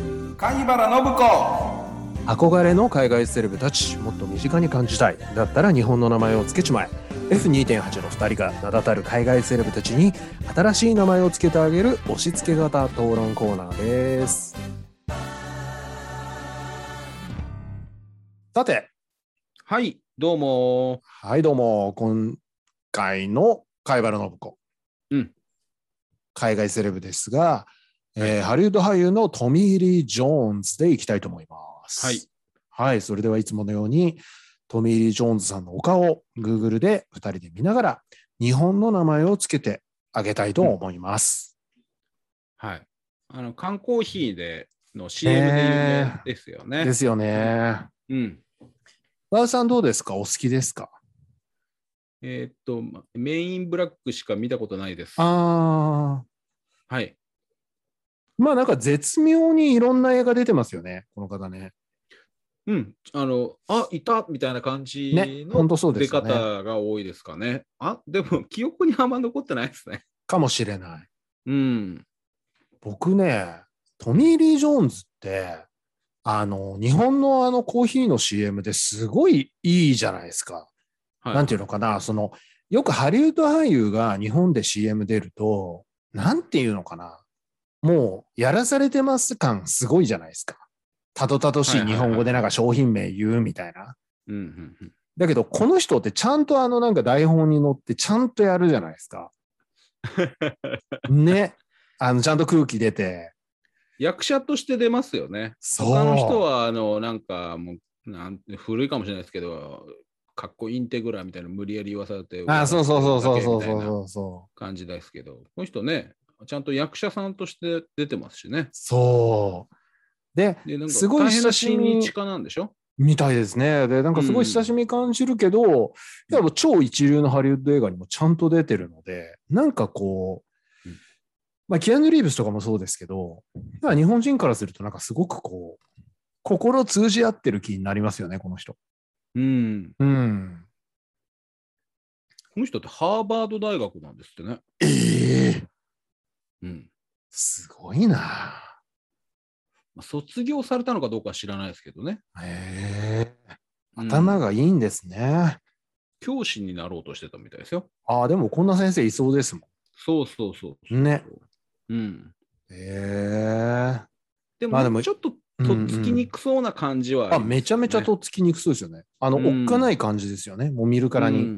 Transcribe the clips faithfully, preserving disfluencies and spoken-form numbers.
貝原信子。 憧れの海外セレブたち、もっと身近に感じたい。だったら日本の名前を付けちまえ。 エフにてんはち のふたりが名だたる海外セレブたちに新しい名前を付けてあげる押し付け型討論コーナーです。さて、 はい、どうも。 はい、どうも。今回の貝原信子、 うん、 海外セレブですが、 はい、 えー、ハリウッド俳優のトミー・リー・ジョーンズでいきたいと思います。 はい、 はい、それではいつものようにトミー・リー・ジョーンズさんのお顔を Google でふたりで見ながら日本の名前をつけてあげたいと思います。 うん、はい。あの缶コーヒーでの シーエム で有名ですよね。 えー、ですよね。 うん。 和田さんどうですか？お好きですか？ えー、っとメインブラックしか見たことないです。 ああ。 はい。 まあなんか絶妙にいろんな映画出てますよね、この方ね。 うん、あの、あ、いたみたいな感じの出方が多いですかね。ね、あ、でも記憶にあんま残ってないですね。 かもしれない。 うん。僕ね、トミー・リー・ジョーンズって、あの、日本のあのコーヒーの シーエム ですごいいいじゃないですか。はいはい、なんていうのかな、その、よくハリウッド俳優が日本で シーエム 出ると、なんていうのかな、もうやらされてます感すごいじゃないですか。たどたどしい日本語でなんか商品名言うみたいな。だけど、この人ってちゃんとあのなんか台本に載ってちゃんとやるじゃないですか。ね。あの、ちゃんと空気出て。 役者として出ますよね。他の人は、あの、なんかもう、なん古いかもしれないですけど、かっこインテグラみたいな無理やり言わされて、 あ、そうそうそうそうそうそうそう感じですけど、この人ね、ちゃんと役者さんとして出てますしね。 そう。で、すごい親しみ親日家なんでしょ？ みたいですね。で、なんかすごい親しみ感じるけど、うん、いやもう超一流のハリウッド映画にもちゃんと出てるので、なんかこう、うん、まあ、キアヌ・リーブスとかもそうですけど、日本人からするとなんかすごくこう、心通じ合ってる気になりますよね、この人。 うん。 うん。 この人ってハーバード大学なんですってね。 ええー。 うん。 すごいな。 卒業されたのかどうかは知らないですけどね。 へえ。頭がいいんですね、うん。 教師になろうとしてたみたいですよ。 ああ、でもこんな先生いそうですもん。 そうそうそうそう。 ね。 うん。 へえ。 でも、まあ、でもちょっととっつきにくそうな感じはありますよね。 あ、めちゃめちゃとっつきにくそうですよね。あの、うん、おっかない感じですよね。もう見るからに。うん、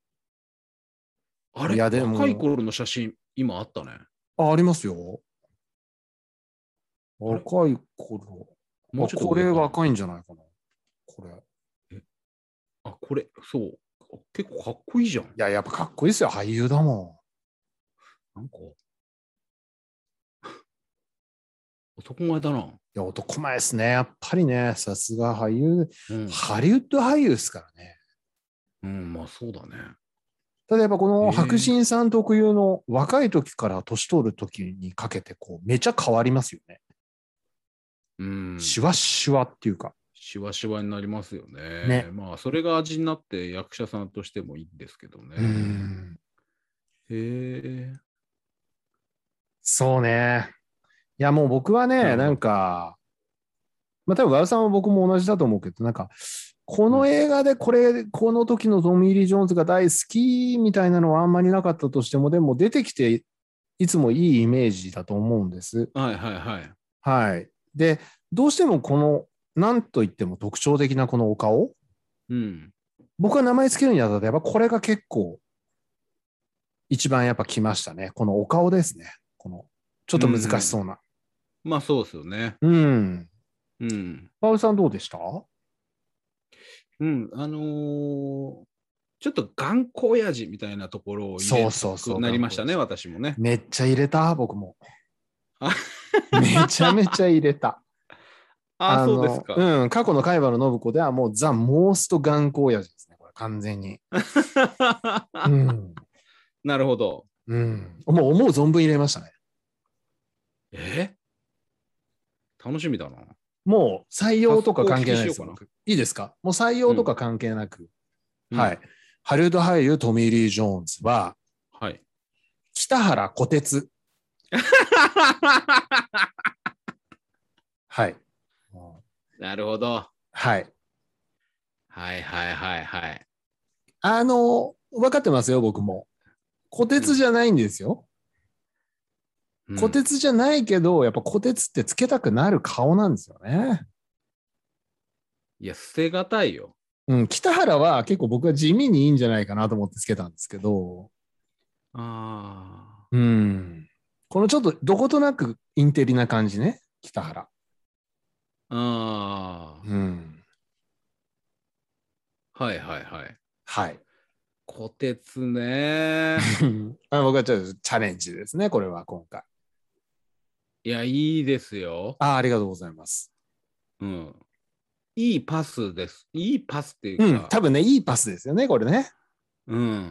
あれ、いやでも若い頃の写真、今あったね。 あ、ありますよ。若い頃。もうちょっとこれ若いんじゃないかな。これ。 えあ、これ、そう。結構かっこいいじゃん。いや、やっぱかっこいいですよ。俳優だもん。なんか。男前だな。いや、男前ですね。やっぱりね、さすが俳優、うん。ハリウッド俳優ですからね。 うん、まあそうだね。 ただやっぱこの白真さん特有の若い時から年取る時にかけてこうめちゃ変わりますよね。うん。シワシワっていうか。 シワシワになりますよね。ね。まあそれが味になって役者さんとしてもいいんですけどね。うん。へえ。 そうね。いやもう僕はね、なんか、まあ多分和田さんは僕も同じだと思うけど、なんか、この映画でこれ、うん、この時のトミー・リー・ジョーンズが大好きみたいなのはあんまりなかったとしても、でも出てきていつもいいイメージだと思うんです。 はいはいはい。 はい。で、どうしてもこの、なんといっても特徴的なこのお顔、うん、僕は名前つけるにあたって、やっぱこれが結構、一番やっぱ来ましたね。このお顔ですね。この、ちょっと難しそうな。 うん、まあそうですよね。 うん。うん。パウさんどうでした？ うん、あのー、ちょっと頑固親父みたいなところを入れくなりましたね、私もね。 めっちゃ入れた、僕も。めちゃめちゃ入れた。 ああ、そうですか。 うん、過去の貝原信子ではもうザ・モースト頑固親父ですね、これ完全に。 うん、なるほど。 うん。もう思う存分入れましたね。 え楽しみだな。 もう採用とか関係ないです。いいですか？もう採用とか関係なく。うん、はい。ハリウッド俳優トミー・リー・ジョーンズは、はい。北原虎鉄。 はい。 なるほど。 はい。 はいはいはいはい。 あの、分かってますよ、僕も。虎鉄じゃないんですよ。うん、虎鉄じゃないけど、やっぱ虎鉄ってつけたくなる顔なんですよね。 いや、捨てがたいよ。 うん、北原は結構僕は地味にいいんじゃないかなと思ってつけたんですけど。 ああ。 うん。このちょっとどことなくインテリな感じね、北原。 ああ。 うん。 はいはいはい。 はい。 虎鉄ね。 あ僕はちょっとチャレンジですね、これは今回。 いや、いいですよ。 あ、ありがとうございます。 うん。いいパスです。いいパスっていうか。 うん、多分ね、いいパスですよね、これね。 うん。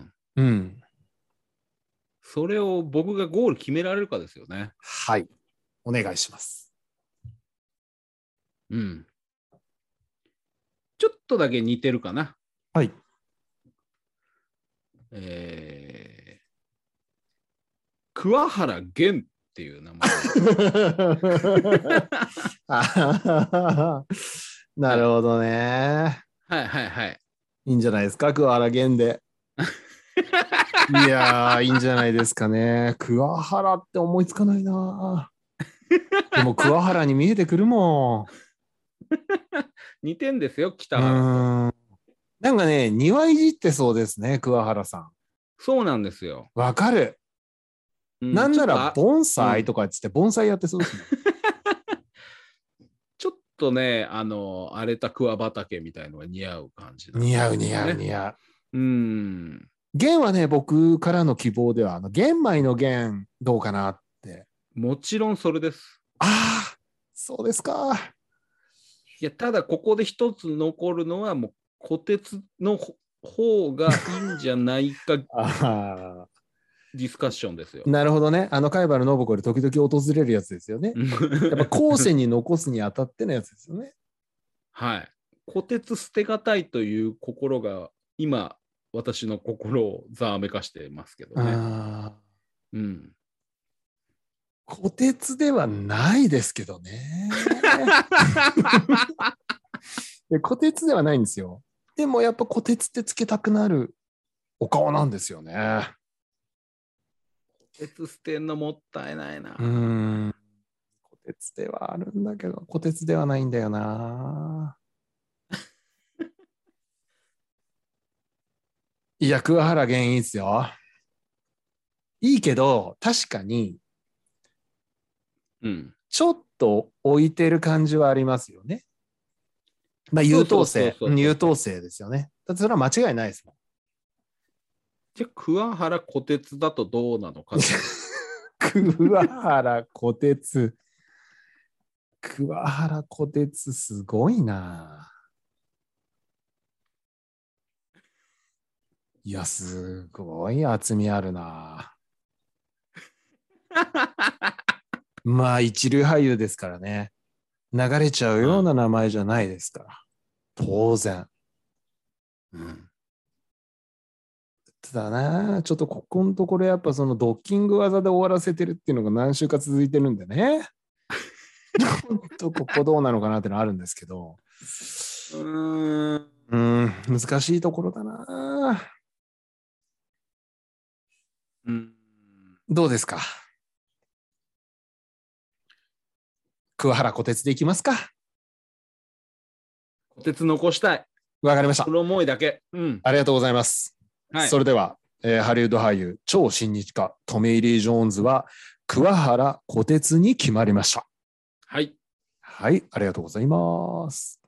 うん。 それを僕がゴール決められるかですよね。 はい。お願いします。 うん。ちょっとだけ似てるかな。 はい。 えー、桑原源っていう名前。 なるほどね。 はいはいはい。 いいんじゃないですか、桑原源で。いやー、いいんじゃないですかね。桑原って思いつかないな。でも桑原に見えてくるもん。似てんですよ、北ん。 原と。 なんかね、庭いじってそうですね、桑原さん。 そうなんですよ。 わかる。うん、なんなら、盆栽とかっつって、盆栽やってそうですね。 ちょっとね、あの、荒れた桑畑みたいのが似合う感じなんですよ、ね。似合う、似合う、似合う。 うん。 玄はね、僕からの希望では、あの玄米の玄どうかなって。 もちろんそれです。 ああ、そうですか。 いや、ただここで一つ残るのは、もう、虎鉄の方がいいんじゃないかあディスカッションですよ。 なるほどね。あの貝原信子で時々訪れるやつですよね。やっぱ後世に残すにあたってのやつですよね。 はい。虎鉄捨てがたいという心が今、私の心をざわめかしてますけどね。あうん。 虎鉄ではないですけどね。虎鉄ではないんですよ。でもやっぱ虎鉄ってつけたくなるお顔なんですよね。 虎鉄捨てんのもったいないな。 うーん。虎鉄ではあるんだけど、虎鉄ではないんだよな。いや、桑原源いいっすよ。いいけど、確かに、 うん、 ちょっと置いてる感じはありますよね。まあ、優等生、優等生ですよね。だってそれは間違いないですもん。 じゃあ、桑原虎鉄だとどうなのか。 桑原虎鉄。桑原虎鉄すごいな。いや、すごい厚みあるな。まあ、一流俳優ですからね。流れちゃうような名前じゃないですから。当然。うん。ただな、ちょっとここのところやっぱそのドッキング技で終わらせてるっていうのが何週か続いてるんでね。ちょっとここどうなのかなってのあるんですけど。うーん、うん難しいところだな。うん、どうですか。桑原虎鉄でいきますか。 虎鉄残したい。 わかりました。 その思いだけ。うん。 ありがとうございます。はい、それでは、えー、ハリウッド俳優超親日家トミー・リー・ジョーンズは桑原虎鉄に決まりました。 はい。 はい、ありがとうございます。